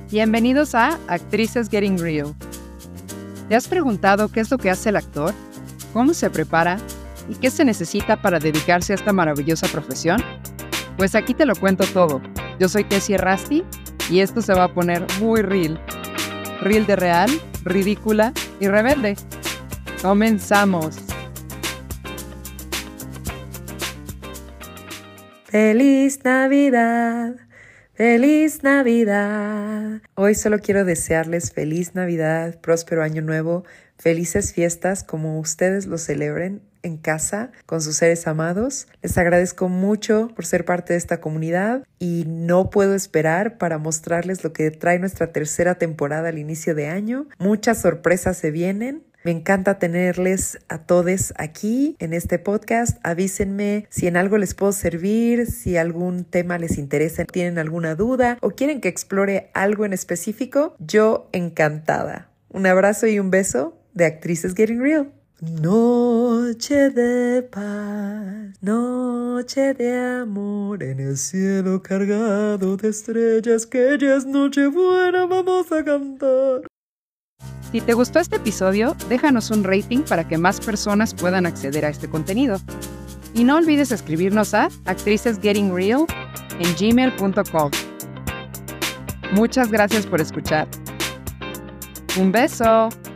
Bienvenidos a Actrices Getting Real. ¿Te has preguntado qué es lo que hace el actor? ¿Cómo se prepara? ¿Y qué se necesita para dedicarse a esta maravillosa profesión? Pues aquí te lo cuento todo. Yo soy Tessie Errasti y esto se va a poner muy real. Real de real, ridícula y rebelde. ¡Comenzamos! ¡Feliz Navidad! ¡Feliz Navidad! Hoy solo quiero desearles feliz Navidad, próspero año nuevo, felices fiestas como ustedes lo celebren en casa con sus seres amados. Les agradezco mucho por ser parte de esta comunidad y no puedo esperar para mostrarles lo que trae nuestra tercera temporada al inicio de año. Muchas sorpresas se vienen. Me encanta tenerles a todos aquí en este podcast. Avísenme si en algo les puedo servir, si algún tema les interesa, tienen alguna duda o quieren que explore algo en específico. Yo encantada. Un abrazo y un beso de Actrices Getting Real. Noche de paz, noche de amor, en el cielo cargado de estrellas, que ya es Nochebuena, vamos a cantar. Si te gustó este episodio, déjanos un rating para que más personas puedan acceder a este contenido. Y no olvides escribirnos a actricesgettingreal@gmail.com. Muchas gracias por escuchar. ¡Un beso!